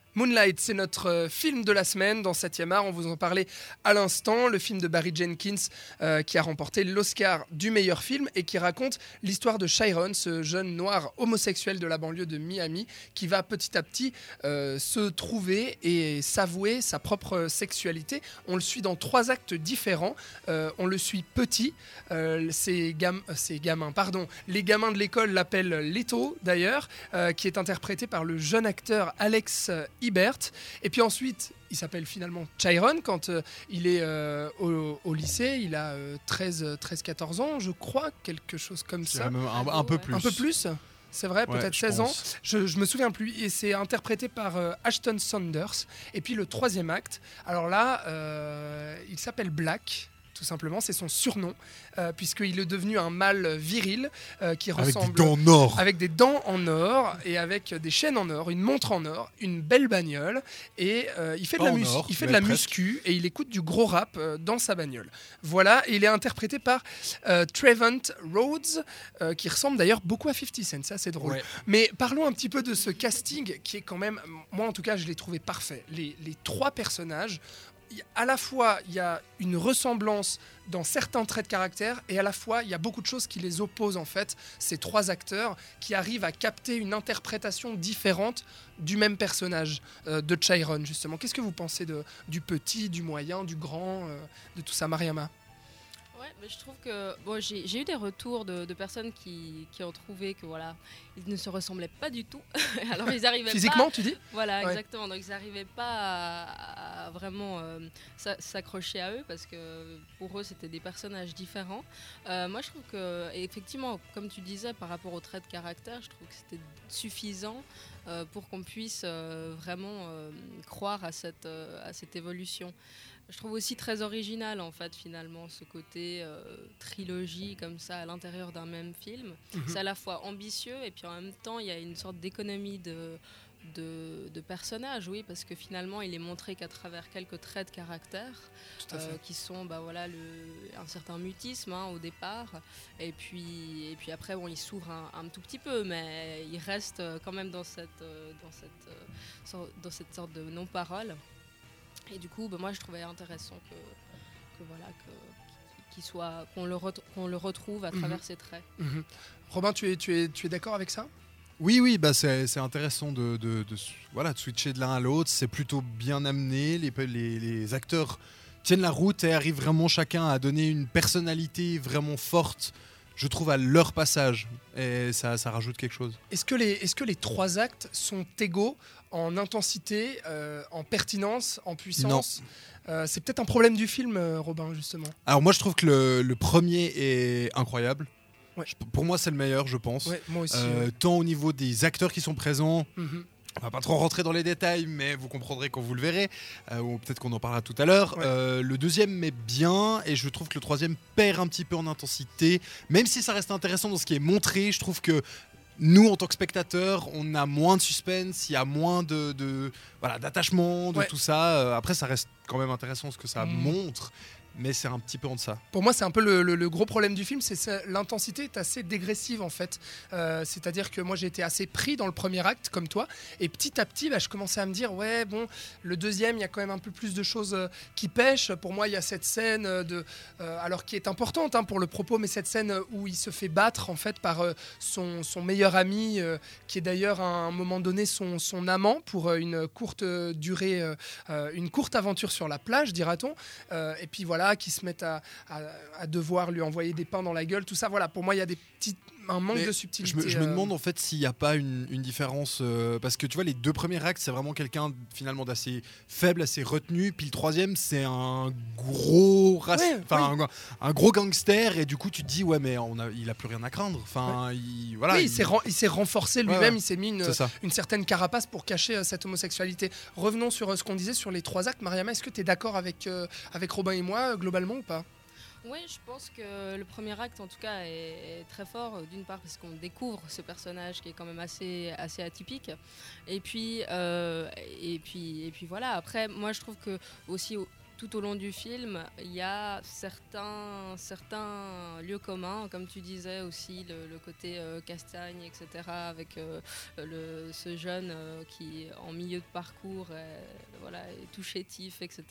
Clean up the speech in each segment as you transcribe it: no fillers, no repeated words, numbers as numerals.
Moonlight, c'est notre film de la semaine dans 7e art. On vous en parlait à l'instant. Le film de Barry Jenkins qui a remporté l'Oscar du meilleur film et qui raconte l'histoire de Chiron, ce jeune noir homosexuel de la banlieue de Miami qui va petit à petit se trouver et s'avouer sa propre sexualité. On le suit dans 3 actes différents. On le suit petit. Les gamins de l'école l'appellent Leto d'ailleurs, qui est interprété par le jeune acteur Alex Ibert. Et puis ensuite, il s'appelle finalement Chiron quand il est au lycée. Il a 13-14 ans, je crois, quelque chose comme ça. Un peu plus. Un peu plus, c'est vrai, Ouais, peut-être je 16 ans. pense. Je me souviens plus. Et c'est interprété par Ashton Sanders. Et puis le 3e acte, alors là, il s'appelle Black. Tout simplement, c'est son surnom, puisqu'il est devenu un mâle viril qui Avec ressemble... des dents en or. Avec des dents en or et avec des chaînes en or, une montre en or, une belle bagnole. Et il fait de Pas la, en or, il fait mais de la presque. muscu et il écoute du gros rap dans sa bagnole. Voilà, et il est interprété par Trevant Rhodes, qui ressemble d'ailleurs beaucoup à 50 Cent, c'est assez drôle. Ouais. Mais parlons un petit peu de ce casting qui est quand même, moi en tout cas, je l'ai trouvé parfait. Les 3 personnages, à la fois il y a une ressemblance dans certains traits de caractère et à la fois il y a beaucoup de choses qui les opposent en fait, ces 3 acteurs qui arrivent à capter une interprétation différente du même personnage de Chiron justement. Qu'est-ce que vous pensez du petit, du moyen, du grand, de tout ça, Mariama? Ouais, mais je trouve que j'ai eu des retours de personnes qui ont trouvé que voilà, ils ne se ressemblaient pas du tout. Alors ils arrivaient Physiquement, pas, tu dis? voilà, Ouais. exactement. Donc ils n'arrivaient pas à vraiment s'accrocher à eux parce que pour eux c'était des personnages différents. Moi je trouve que effectivement, comme tu disais, par rapport aux traits de caractère, je trouve que c'était suffisant pour qu'on puisse vraiment croire à cette évolution. Je trouve aussi très original en fait finalement ce côté trilogie comme ça à l'intérieur d'un même film. C'est à la fois ambitieux et puis en même temps il y a une sorte d'économie de personnages, oui, parce que finalement il est montré qu'à travers quelques traits de caractère Tout à fait. qui sont un certain mutisme au départ et puis après bon, il s'ouvre un tout petit peu mais il reste quand même dans cette sorte de non-parole. Et du coup, moi, je trouvais intéressant qu'on le retrouve à travers ces traits. Mhm. Robin, tu es d'accord avec ça? Oui, bah c'est intéressant de switcher de l'un à l'autre. C'est plutôt bien amené. Les acteurs tiennent la route et arrivent vraiment chacun à donner une personnalité vraiment forte, je trouve, à leur passage. Et ça rajoute quelque chose. Est-ce que les 3 actes sont égaux en intensité, en pertinence, en puissance? C'est peut-être un problème du film, Robin, justement. Alors moi, je trouve que le premier est incroyable. Ouais. Pour moi, c'est le meilleur, je pense. Ouais, moi aussi. Tant au niveau des acteurs qui sont présents. Mhm. On va pas trop rentrer dans les détails, mais vous comprendrez quand vous le verrez, ou peut-être qu'on en parlera tout à l'heure. Ouais. Le deuxième est bien, et je trouve que le troisième perd un petit peu en intensité, même si ça reste intéressant dans ce qui est montré. Je trouve que nous, en tant que spectateurs, on a moins de suspense, il y a moins d'attachement, de Ouais. tout ça. Après, ça reste quand même intéressant ce que ça Mm. montre, mais c'est un petit peu en deçà. Pour moi, c'est un peu le gros problème du film, l'intensité est assez dégressive en fait. C'est-à-dire que moi, j'ai été assez pris dans le premier acte, comme toi, et petit à petit, je commençais à me dire, ouais, bon, le deuxième, il y a quand même un peu plus de choses qui pêchent. Pour moi, il y a cette scène alors qui est importante pour le propos, mais cette scène où il se fait battre en fait par son meilleur ami, qui est d'ailleurs à un moment donné son amant pour une courte durée, une courte aventure sur la plage, dira-t-on. Et puis voilà, qui se mettent à devoir lui envoyer des pains dans la gueule, tout ça. Voilà, pour moi, il y a un manque Mais de subtilité. Je me demande en fait s'il n'y a pas une différence, parce que tu vois, les 2 premiers actes, c'est vraiment quelqu'un finalement d'assez faible, assez retenu, puis le troisième, c'est un gros un gros gangster, et du coup tu te dis ouais, mais il a plus rien à craindre. Enfin, Oui, il s'est renforcé lui-même, il s'est mis une certaine carapace pour cacher cette homosexualité. Revenons sur ce qu'on disait sur les 3 actes. Mariama, est-ce que tu es d'accord avec Robin et moi, globalement, ou pas? Oui, je pense que le premier acte, en tout cas, est très fort. D'une part, parce qu'on découvre ce personnage qui est quand même assez atypique. Et puis voilà. Après, moi, je trouve que aussi tout au long du film, il y a certains lieux communs, comme tu disais aussi, le côté castagne, etc., avec ce jeune qui, en milieu de parcours, est tout chétif, etc.,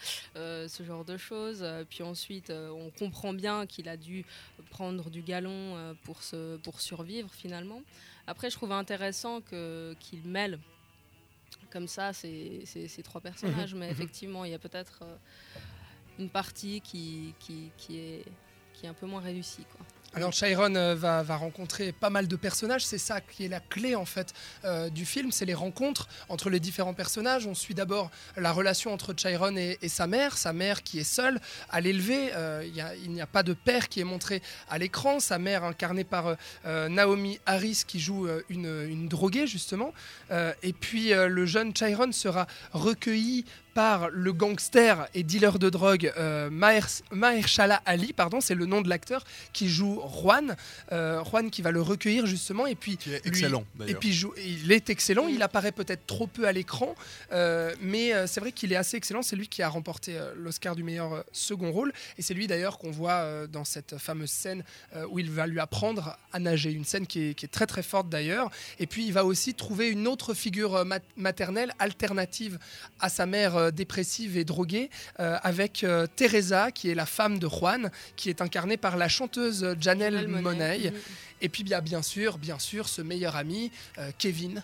ce genre de choses. Puis ensuite, on comprend bien qu'il a dû prendre du galon pour survivre, finalement. Après, je trouve intéressant qu'il mêle comme ça ces trois personnages, mais effectivement il y a peut-être une partie qui est un peu moins réussie, quoi. Alors Chiron va rencontrer pas mal de personnages, c'est ça qui est la clé en fait du film, c'est les rencontres entre les différents personnages. On suit d'abord la relation entre Chiron et sa mère qui est seule à l'élever. Il n'y a pas de père qui est montré à l'écran, sa mère incarnée par Naomi Harris qui joue une droguée justement. Et puis le jeune Chiron sera recueilli par le gangster et dealer de drogue Mahershala Ali, c'est le nom de l'acteur qui joue Juan qui va le recueillir justement et puis qui est excellent d'ailleurs. Et puis il est excellent, il apparaît peut-être trop peu à l'écran, mais c'est vrai qu'il est assez excellent. C'est lui qui a remporté l'Oscar du meilleur second rôle et c'est lui d'ailleurs qu'on voit dans cette fameuse scène où il va lui apprendre à nager, une scène qui est très très forte d'ailleurs. Et puis il va aussi trouver une autre figure maternelle alternative à sa mère dépressive et droguée, avec Teresa qui est la femme de Juan, qui est incarnée par la chanteuse Janelle Monáe. Et puis bien sûr ce meilleur ami Kevin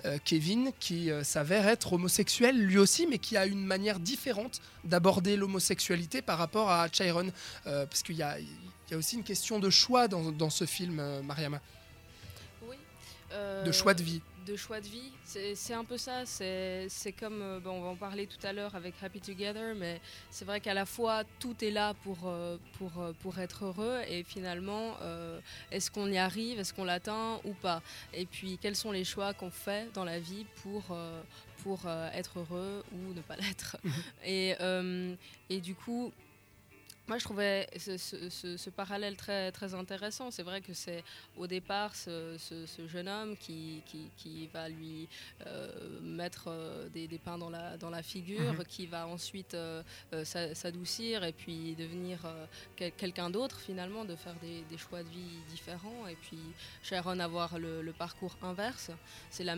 qui s'avère être homosexuel lui aussi, mais qui a une manière différente d'aborder l'homosexualité par rapport à Chiron, parce qu'il y a aussi une question de choix dans ce film, Mariama. Oui. De choix de vie. De choix de vie, c'est un peu ça, c'est comme, on va en parler tout à l'heure avec Happy Together, mais c'est vrai qu'à la fois tout est là pour être heureux et finalement est-ce qu'on y arrive, est-ce qu'on l'atteint ou pas, et puis quels sont les choix qu'on fait dans la vie pour être heureux ou ne pas l'être. Et du coup, moi, je trouvais ce parallèle très, très intéressant. C'est vrai que c'est au départ ce jeune homme qui va lui mettre des pains dans la figure, qui va ensuite s'adoucir et puis devenir quelqu'un d'autre finalement, de faire des choix de vie différents. Et puis Chiron avoir le parcours inverse. C'est le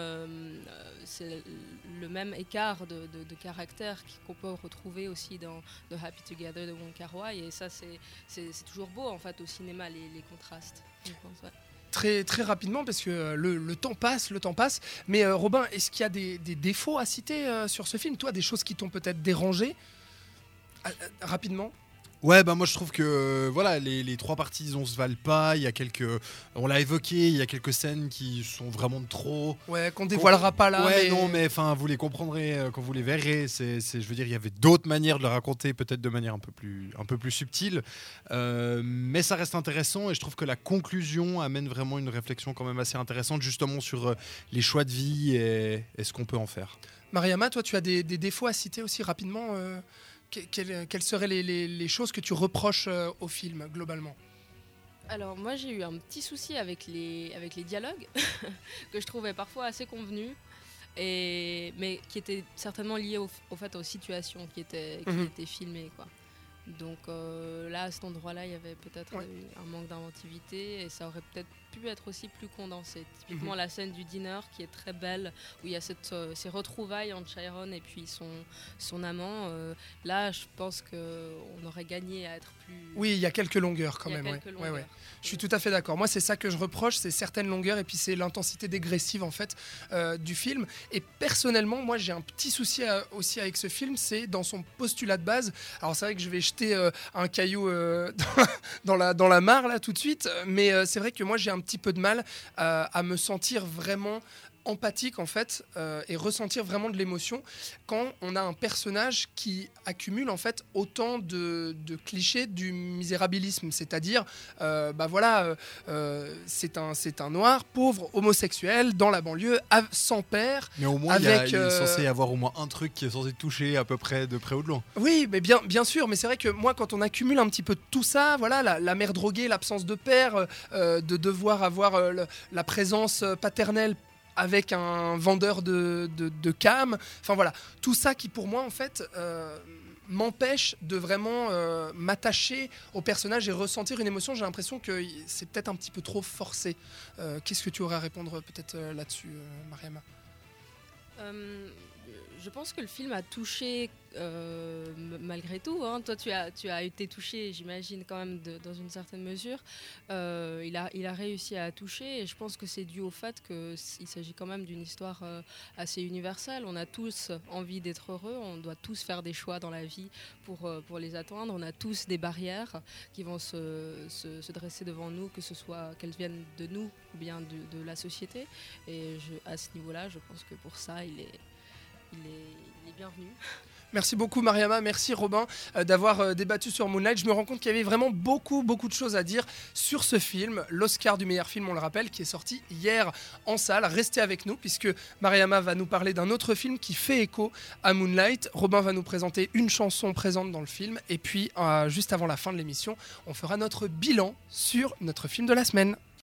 même écart de caractère qu'on peut retrouver aussi dans The Happy Together de Wong Kar-wai, et ça c'est toujours beau en fait au cinéma, les contrastes, je pense, ouais. Très, très rapidement, parce que le temps passe, mais Robin, est-ce qu'il y a des défauts à citer sur ce film, toi, des choses qui t'ont peut-être dérangé rapidement? Ouais, moi je trouve que les trois parties on se valent pas. Il y a on l'a évoqué, il y a quelques scènes qui sont vraiment de trop. Ouais, qu'on dévoilera pas là. Ouais, mais enfin vous les comprendrez quand vous les verrez. Je veux dire, il y avait d'autres manières de le raconter, peut-être de manière un peu plus subtile, mais ça reste intéressant et je trouve que la conclusion amène vraiment une réflexion quand même assez intéressante justement sur les choix de vie et ce qu'on peut en faire. Mariama, toi tu as des défauts à citer aussi rapidement. Quelles seraient les choses que tu reproches au film, globalement? Alors moi j'ai eu un petit souci avec les dialogues que je trouvais parfois assez convenus, mais qui étaient certainement liés au fait aux situations qui étaient filmées, quoi. Donc là, à cet endroit-là, il y avait peut-être un manque d'inventivité et ça aurait peut-être pu être aussi plus condensé. Typiquement la scène du dîner qui est très belle, où il y a ces retrouvailles entre Chiron et puis son amant. Là, je pense qu'on aurait gagné à être plus... Oui, il y a quelques longueurs quand même. Ouais. Je suis tout à fait d'accord. Moi, c'est ça que je reproche, c'est certaines longueurs et puis c'est l'intensité dégressive en fait du film. Et personnellement, moi, j'ai un petit souci aussi avec ce film, c'est dans son postulat de base. Alors c'est vrai que je vais jeter un caillou dans la mare là tout de suite, mais c'est vrai que moi j'ai un petit peu de mal à me sentir vraiment empathique en fait et ressentir vraiment de l'émotion quand on a un personnage qui accumule en fait autant de clichés du misérabilisme, c'est-à-dire c'est un noir pauvre homosexuel dans la banlieue sans père, mais au moins il est censé y avoir au moins un truc qui est censé toucher à peu près de près ou de loin. Oui, mais bien sûr, mais c'est vrai que moi quand on accumule un petit peu tout ça, voilà, la mère droguée, l'absence de père, de devoir avoir la présence paternelle avec un vendeur de cam, enfin voilà, tout ça qui pour moi en fait m'empêche de vraiment m'attacher au personnage et ressentir une émotion. J'ai l'impression que c'est peut-être un petit peu trop forcé. Qu'est-ce que tu aurais à répondre peut-être là-dessus, Mariama? Je pense que le film a touché malgré tout. Hein. Toi, tu as été touché, j'imagine, quand même, dans une certaine mesure. Il a réussi à toucher et je pense que c'est dû au fait qu'il s'agit quand même d'une histoire assez universelle. On a tous envie d'être heureux, on doit tous faire des choix dans la vie pour les atteindre. On a tous des barrières qui vont se dresser devant nous, que ce soit qu'elles viennent de nous ou bien de la société. Et à ce niveau-là, je pense que pour ça, il est bienvenu. Merci beaucoup Mariama, merci Robin d'avoir débattu sur Moonlight. Je me rends compte qu'il y avait vraiment beaucoup de choses à dire sur ce film, l'Oscar du meilleur film, on le rappelle, qui est sorti hier en salle. Restez avec nous puisque Mariama va nous parler d'un autre film qui fait écho à Moonlight. Robin va nous présenter une chanson présente dans le film et puis juste avant la fin de l'émission, on fera notre bilan sur notre film de la semaine.